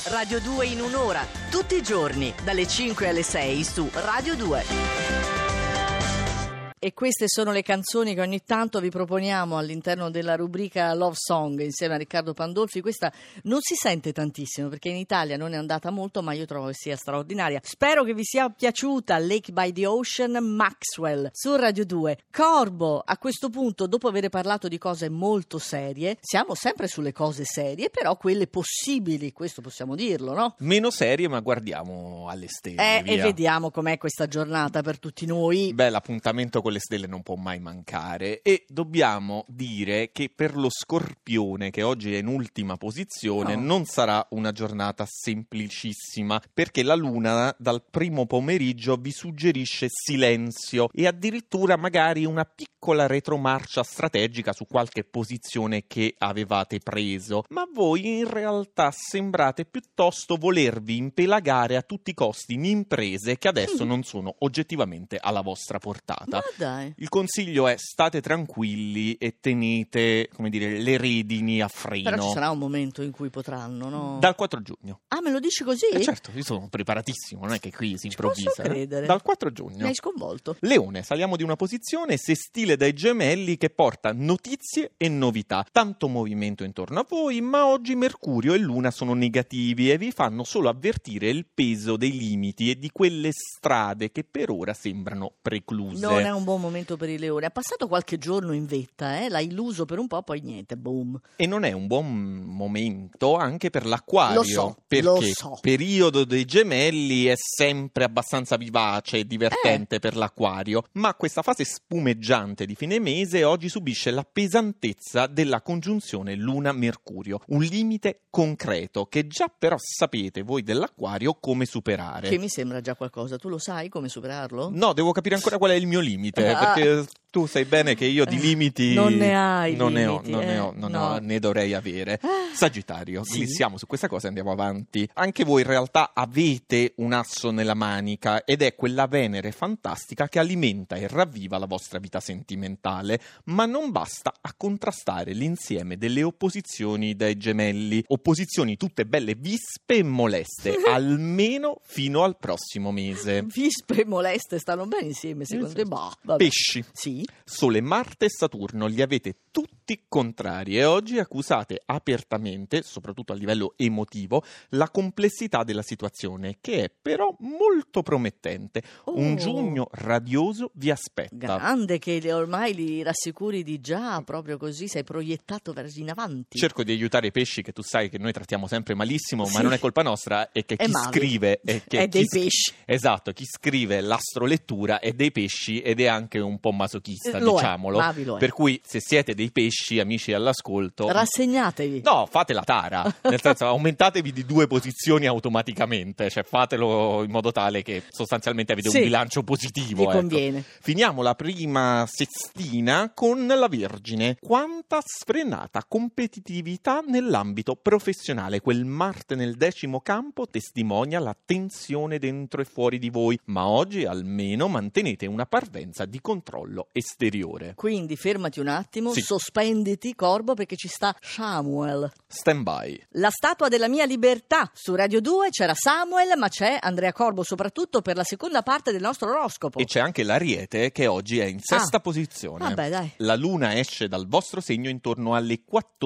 Radio 2 in un'ora, tutti i giorni, dalle 5 alle 6 su Radio 2. E queste sono le canzoni che ogni tanto vi proponiamo all'interno della rubrica Love Song insieme a Riccardo Pandolfi. Questa non si sente tantissimo perché in Italia non è andata molto, ma io trovo che sia straordinaria. Spero che vi sia piaciuta. Lake by the Ocean, Maxwell su Radio 2. Corbo, a questo punto, dopo aver parlato di cose molto serie, siamo sempre sulle cose serie, però quelle possibili, questo possiamo dirlo, no? Meno serie, ma guardiamo alle stelle, E vediamo com'è questa giornata per tutti noi. Beh, l'appuntamento con le stelle non può mai mancare e dobbiamo dire che per lo Scorpione, che oggi è in ultima posizione, non sarà una giornata semplicissima, perché la Luna dal primo pomeriggio vi suggerisce silenzio e addirittura magari una piccola retromarcia strategica su qualche posizione che avevate preso, ma voi in realtà sembrate piuttosto volervi impelagare a tutti i costi in imprese che adesso non sono oggettivamente alla vostra portata. Ma dai. Il consiglio è: state tranquilli e tenete, come dire, le redini a freno. Però ci sarà un momento in cui potranno, no? Dal 4 giugno. Ah, me lo dici così? Certo, io sono preparatissimo, non è che qui si Ci improvvisa. posso credere. Dal 4 giugno. Mi hai sconvolto. Leone, saliamo di una posizione, sestile dai Gemelli che porta notizie e novità. Tanto movimento intorno a voi, ma oggi Mercurio e Luna sono negativi e vi fanno solo avvertire il peso dei limiti e di quelle strade che per ora sembrano precluse. Non è un buon momento per il Leone. Ha passato qualche giorno in vetta, l'ha illuso per un po', poi niente, boom. E non è un buon momento anche per l'Acquario. Lo so, perché lo so. Periodo dei Gemelli è sempre abbastanza vivace e divertente per l'Acquario, ma questa fase spumeggiante di fine mese oggi subisce la pesantezza della congiunzione Luna-Mercurio, un limite concreto che già però sapete voi dell'Acquario come superare. Che mi sembra già qualcosa. Tu lo sai come superarlo? No, devo capire ancora qual è il mio limite, perché tu sai bene che io di limiti non ne hai non limiti, ne dovrei avere. Sagittario, sì. glissiamo su questa cosa e andiamo avanti. Anche voi in realtà avete un asso nella manica ed è quella Venere fantastica che alimenta e ravviva la vostra vita sentimentale, ma non basta a contrastare l'insieme delle opposizioni dai Gemelli, opposizioni tutte belle vispe e moleste, almeno fino al prossimo mese. Vispe e moleste stanno bene insieme, secondo te? Bah, vabbè. Pesci. Sì. Sole, Marte e Saturno li avete tutti contrari e oggi accusate apertamente, soprattutto a livello emotivo, la complessità della situazione, che è però molto promettente. Un giugno radioso vi aspetta. Grande, che ormai li rassicuri di già, proprio così sei proiettato verso in avanti. Cerco di aiutare i pesci, che tu sai che noi trattiamo sempre malissimo, Sì. ma non è colpa nostra, è che chi scrive è dei pesci. Esatto, chi scrive l'astrolettura è dei pesci ed è anche un po' masochista, diciamolo. Lo è. Per cui se siete dei pesci, amici all'ascolto, rassegnatevi. No, fate la tara, nel senso aumentatevi di 2 posizioni automaticamente, cioè fatelo in modo tale che sostanzialmente avete un bilancio positivo. Vi conviene. Finiamo la prima sestina con la Vergine. Quanta sfrenata competitività nell'ambito professionale. Quel Marte nel 10° campo testimonia la tensione dentro e fuori di voi, ma oggi almeno mantenete una parvenza di controllo esteriore. Quindi fermati un attimo, sospenditi, Corbo, perché ci sta Samuel. Stand by. La statua della mia libertà. Su Radio 2 c'era Samuel, ma c'è Andrea Corbo soprattutto per la seconda parte del nostro oroscopo. E c'è anche l'Ariete che oggi è in sesta posizione. Vabbè, dai. La Luna esce dal vostro segno intorno alle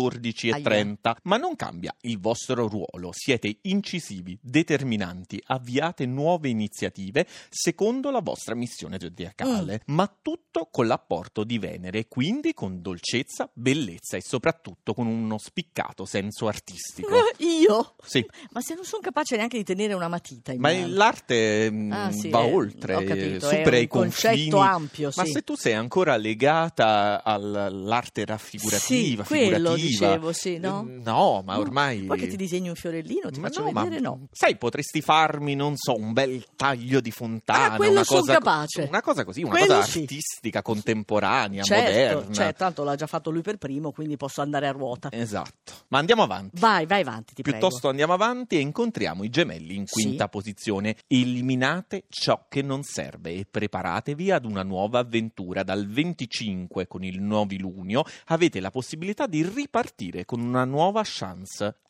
14:30, ma non cambia il vostro ruolo. Siete incisivi, determinanti, avviate nuove iniziative secondo la vostra missione zodiacale, ma tutto con l'apporto di Venere, quindi con dolcezza, bellezza e soprattutto con uno spiccato senso artistico. Io? Sì. Ma se non sono capace neanche di tenere una matita in Ma mano. l'arte va oltre, ho capito, supera è i un confini. concetto ampio, Ma se tu sei ancora legata all'arte raffigurativa, quello figurativa, dicevo, no? No, ma ormai... Vuoi che ti disegni un fiorellino? Ti faccio no, vedere? No. Sai, potresti farmi, non so, un bel taglio di fontana, quello una son cosa, capace. una cosa così, una Quello cosa sì. artistica, contemporanea, Certo, moderna. tanto l'ha già fatto lui per primo, quindi posso andare a ruota. Esatto. Ma andiamo avanti. Vai avanti, ti Piuttosto prego. andiamo avanti e incontriamo i Gemelli in quinta posizione. Eliminate ciò che non serve e preparatevi ad una nuova avventura. Dal 25 con il novilunio avete la possibilità di ripartire con una nuova chance.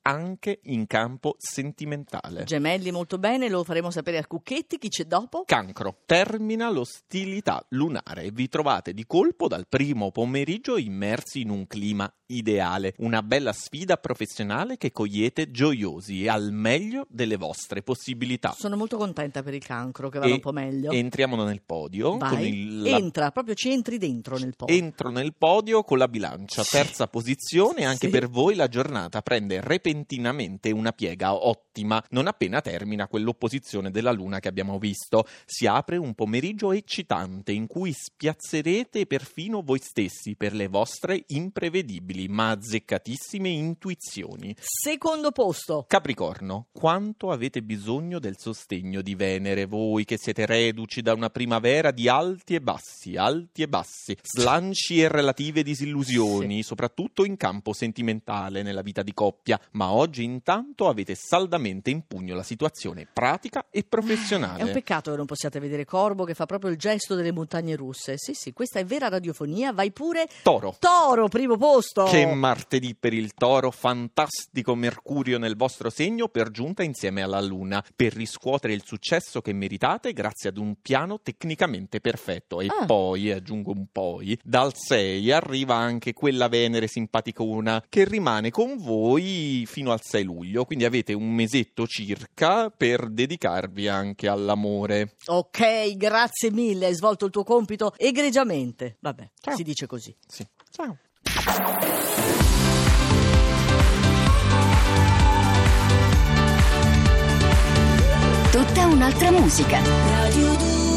anche in campo sentimentale. Gemelli, molto bene, lo faremo sapere a Cucchetti. Chi c'è dopo? Cancro, termina l'ostilità lunare e vi trovate di colpo dal primo pomeriggio immersi in un clima ideale, una bella sfida professionale che cogliete gioiosi e al meglio delle vostre possibilità. Sono molto contenta per il Cancro, che vada un po' meglio. Entriamo nel podio. Vai, entra, proprio ci entri dentro nel podio. Entro nel podio con la bilancia, terza posizione. Anche per voi la giornata prende repentinamente una piega ottima, non appena termina quell'opposizione della luna che abbiamo visto. Si apre un pomeriggio eccitante in cui spiazzerete perfino voi stessi per le vostre imprevedibili ma azzeccatissime intuizioni. Secondo posto. Capricorno, quanto avete bisogno del sostegno di Venere, voi che siete reduci da una primavera di alti e bassi, slanci e relative disillusioni, soprattutto in campo sentimentale nella vita di coppia, ma oggi intanto avete saldamente in pugno la situazione pratica e professionale. È un peccato che non possiate vedere Corbo, che fa proprio il gesto delle montagne russe. Sì, questa è vera radiofonia. Vai pure. Toro, primo posto. Che martedì per il Toro, fantastico Mercurio nel vostro segno, per giunta insieme alla Luna, per riscuotere il successo che meritate grazie ad un piano tecnicamente perfetto. E poi, aggiungo un poi, dal 6 arriva anche quella Venere simpaticona che rimane con voi fino al 6 luglio, quindi avete un mesetto circa per dedicarvi anche all'amore. Ok, grazie mille, hai svolto il tuo compito egregiamente. Vabbè, ciao. Si dice così. Sì. Ciao. Tutta un'altra musica. Radio 2.